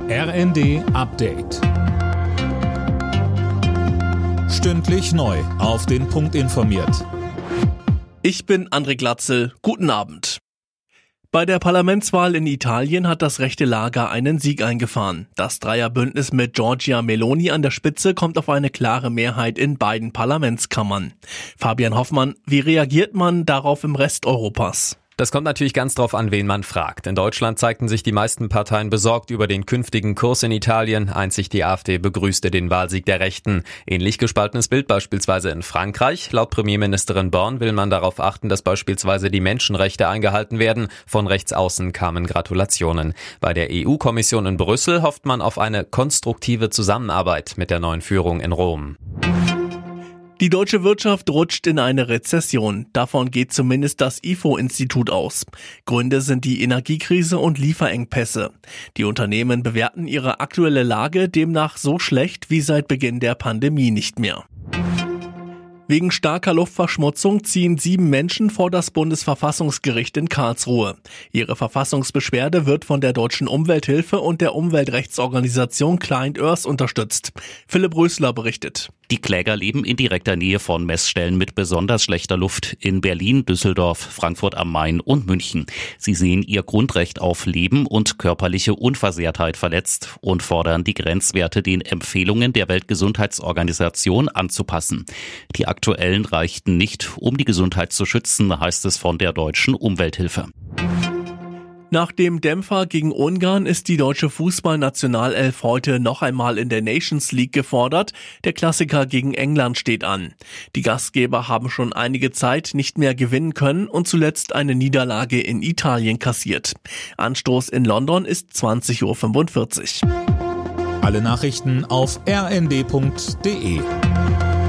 RND Update. Stündlich neu auf den Punkt informiert. Ich bin André Glatzel. Guten Abend. Bei der Parlamentswahl in Italien hat das rechte Lager einen Sieg eingefahren. Das Dreierbündnis mit Giorgia Meloni an der Spitze kommt auf eine klare Mehrheit in beiden Parlamentskammern. Fabian Hoffmann, wie reagiert man darauf im Rest Europas? Das kommt natürlich ganz drauf an, wen man fragt. In Deutschland zeigten sich die meisten Parteien besorgt über den künftigen Kurs in Italien. Einzig die AfD begrüßte den Wahlsieg der Rechten. Ähnlich gespaltenes Bild beispielsweise in Frankreich. Laut Premierministerin Born will man darauf achten, dass beispielsweise die Menschenrechte eingehalten werden. Von rechts außen kamen Gratulationen. Bei der EU-Kommission in Brüssel hofft man auf eine konstruktive Zusammenarbeit mit der neuen Führung in Rom. Die deutsche Wirtschaft rutscht in eine Rezession. Davon geht zumindest das IFO-Institut aus. Gründe sind die Energiekrise und Lieferengpässe. Die Unternehmen bewerten ihre aktuelle Lage demnach so schlecht wie seit Beginn der Pandemie nicht mehr. Wegen starker Luftverschmutzung ziehen 7 Menschen vor das Bundesverfassungsgericht in Karlsruhe. Ihre Verfassungsbeschwerde wird von der Deutschen Umwelthilfe und der Umweltrechtsorganisation Client Earth unterstützt. Philipp Rösler berichtet. Die Kläger leben in direkter Nähe von Messstellen mit besonders schlechter Luft in Berlin, Düsseldorf, Frankfurt am Main und München. Sie sehen ihr Grundrecht auf Leben und körperliche Unversehrtheit verletzt und fordern, die Grenzwerte den Empfehlungen der Weltgesundheitsorganisation anzupassen. Die aktuellen reichten nicht, um die Gesundheit zu schützen, heißt es von der Deutschen Umwelthilfe. Nach dem Dämpfer gegen Ungarn ist die deutsche Fußballnationalelf heute noch einmal in der Nations League gefordert. Der Klassiker gegen England steht an. Die Gastgeber haben schon einige Zeit nicht mehr gewinnen können und zuletzt eine Niederlage in Italien kassiert. Anstoß in London ist 20:45 Uhr. Alle Nachrichten auf rnd.de.